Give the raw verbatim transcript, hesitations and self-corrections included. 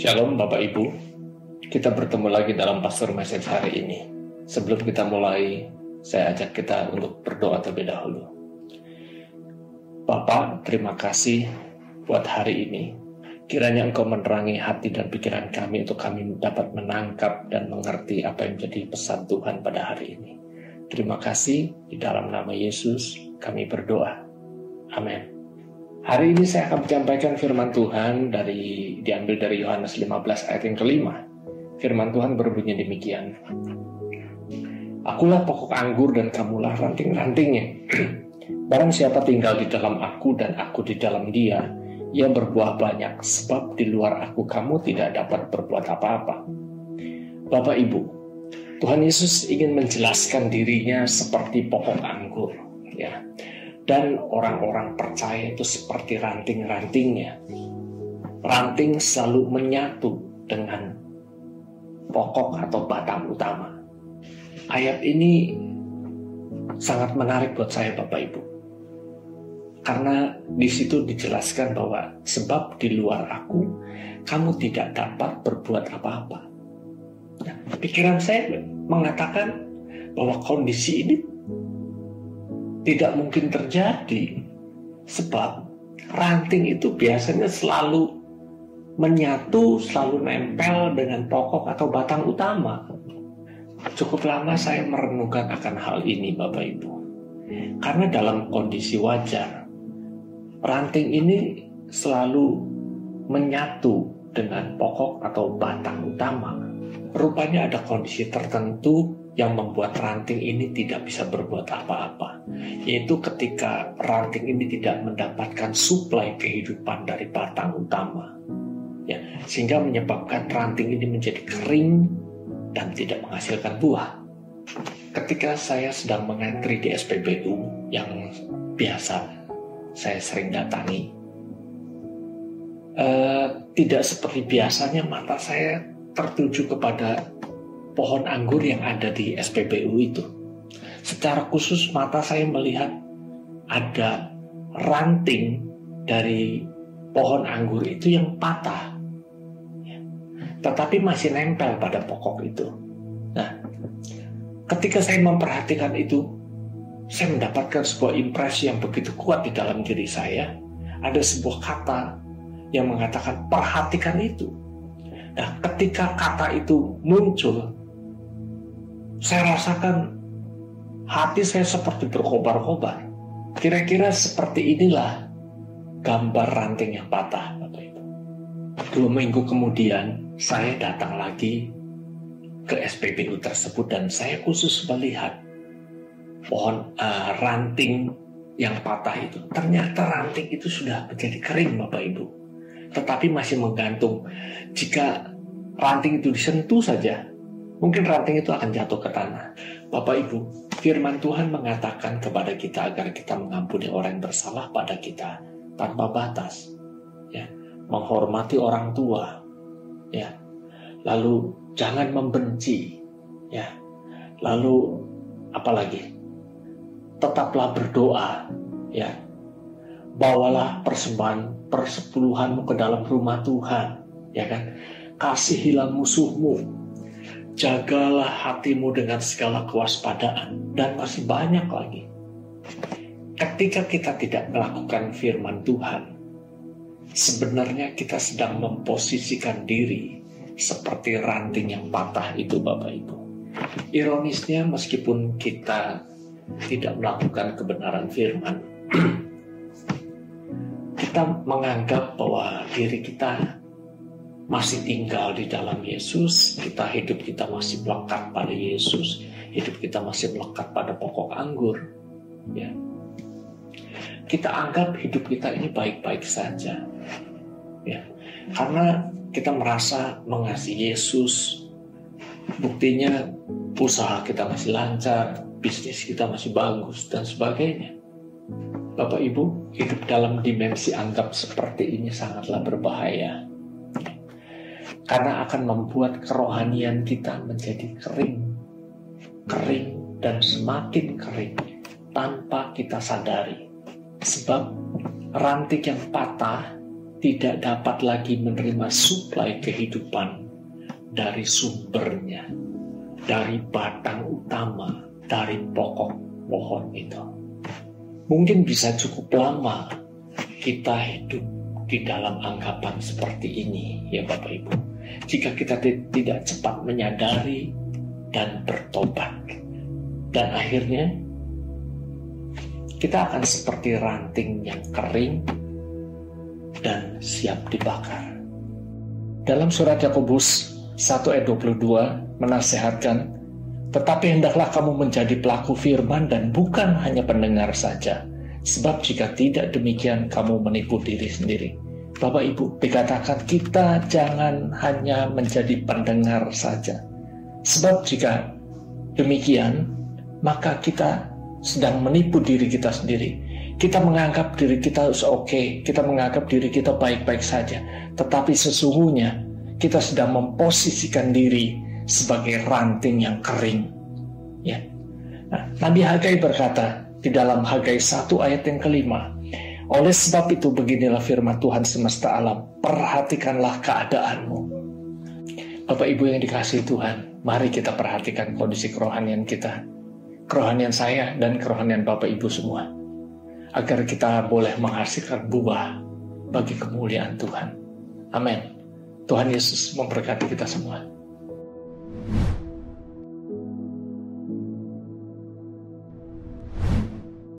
Shalom Bapak Ibu, kita bertemu lagi dalam Pastor Message hari ini. Sebelum kita mulai, saya ajak kita untuk berdoa terlebih dahulu. Bapak, terima kasih buat hari ini. Kiranya Engkau menerangi hati dan pikiran kami untuk kami dapat menangkap dan mengerti apa yang menjadi pesan Tuhan pada hari ini. Terima kasih, di dalam nama Yesus kami berdoa. Amin. Hari ini saya akan menyampaikan firman Tuhan dari diambil dari Yohanes lima belas ayat yang kelima. Firman Tuhan berbunyi demikian. Akulah pokok anggur dan kamulah ranting-rantingnya. Barang siapa tinggal di dalam aku dan aku di dalam dia, ia berbuah banyak, sebab di luar aku kamu tidak dapat berbuat apa-apa. Bapak Ibu, Tuhan Yesus ingin menjelaskan dirinya seperti pokok anggur, ya. Dan orang-orang percaya itu seperti ranting-rantingnya. Ranting selalu menyatu dengan pokok atau batang utama. Ayat ini sangat menarik buat saya Bapak Ibu. Karena di situ dijelaskan bahwa sebab di luar aku, kamu tidak dapat berbuat apa-apa. Nah, pikiran saya mengatakan bahwa kondisi ini tidak mungkin terjadi, sebab ranting itu biasanya selalu menyatu, selalu nempel dengan pokok atau batang utama. Cukup lama saya merenungkan akan hal ini Bapak Ibu. Karena dalam kondisi wajar, ranting ini selalu menyatu dengan pokok atau batang utama. Rupanya ada kondisi tertentu yang membuat ranting ini tidak bisa berbuat apa-apa, yaitu ketika ranting ini tidak mendapatkan suplai kehidupan dari batang utama, ya, sehingga menyebabkan ranting ini menjadi kering dan tidak menghasilkan buah. Ketika saya sedang mengantri di S P B U yang biasa saya sering datangi, eh, tidak seperti biasanya mata saya tertuju kepada pohon anggur yang ada di S P B U itu. Secara khusus mata saya melihat ada ranting dari pohon anggur itu yang patah, ya, tetapi masih nempel pada pokok itu. Nah, ketika saya memperhatikan itu, saya mendapatkan sebuah impresi yang begitu kuat di dalam diri saya. Ada sebuah kata yang mengatakan perhatikan itu. Nah, ketika kata itu muncul, saya rasakan hati saya seperti berkobar-kobar. Kira-kira seperti inilah gambar ranting yang patah, Bapak Ibu. Dua minggu kemudian, saya datang lagi ke S P B U tersebut dan saya khusus melihat pohon uh, ranting yang patah itu. Ternyata ranting itu sudah menjadi kering, Bapak Ibu. Tetapi masih menggantung. Jika ranting itu disentuh saja, mungkin ranting itu akan jatuh ke tanah. Bapak Ibu, firman Tuhan mengatakan kepada kita agar kita mengampuni orang yang bersalah pada kita tanpa batas, ya, menghormati orang tua, ya, lalu jangan membenci, ya, lalu apalagi, tetaplah berdoa, ya, bawalah persembahan persepuluhanmu ke dalam rumah Tuhan, ya kan, kasihilah musuhmu, jagalah hatimu dengan segala kewaspadaan, dan masih banyak lagi. Ketika kita tidak melakukan firman Tuhan, sebenarnya kita sedang memposisikan diri seperti ranting yang patah itu, Bapak Ibu. Ironisnya, meskipun kita tidak melakukan kebenaran firman, kita menganggap bahwa diri kita masih tinggal di dalam Yesus, kita hidup kita masih melekat pada Yesus, hidup kita masih melekat pada pokok anggur, ya. Kita anggap hidup kita ini baik-baik saja, ya, karena kita merasa mengasihi Yesus. Buktinya usaha kita masih lancar, bisnis kita masih bagus dan sebagainya. Bapak Ibu, hidup dalam dimensi anggap seperti ini sangatlah berbahaya. Karena akan membuat kerohanian kita menjadi kering, kering dan semakin kering tanpa kita sadari. Sebab ranting yang patah tidak dapat lagi menerima suplai kehidupan dari sumbernya, dari batang utama, dari pokok pohon itu. Mungkin bisa cukup lama kita hidup di dalam anggapan seperti ini, ya Bapak Ibu. Jika kita tidak cepat menyadari dan bertobat. Dan akhirnya kita akan seperti ranting yang kering dan siap dibakar. Dalam surat Yakobus satu ayat dua puluh dua menasihatkan, tetapi hendaklah kamu menjadi pelaku firman dan bukan hanya pendengar saja. Sebab jika tidak demikian kamu menipu diri sendiri. Bapak Ibu, dikatakan kita jangan hanya menjadi pendengar saja. Sebab jika demikian, maka kita sedang menipu diri kita sendiri. Kita menganggap diri kita oke, kita menganggap diri kita baik-baik saja. Tetapi sesungguhnya kita sedang memposisikan diri sebagai ranting yang kering. Ya. Nah, Nabi Hagai berkata di dalam Hagai satu ayat yang kelima, oleh sebab itu beginilah firman Tuhan semesta alam, perhatikanlah keadaanmu. Bapak Ibu yang dikasihi Tuhan, mari kita perhatikan kondisi kerohanian kita, kerohanian saya dan kerohanian Bapak Ibu semua, agar kita boleh menghasilkan buah bagi kemuliaan Tuhan. Amin. Tuhan Yesus memberkati kita semua.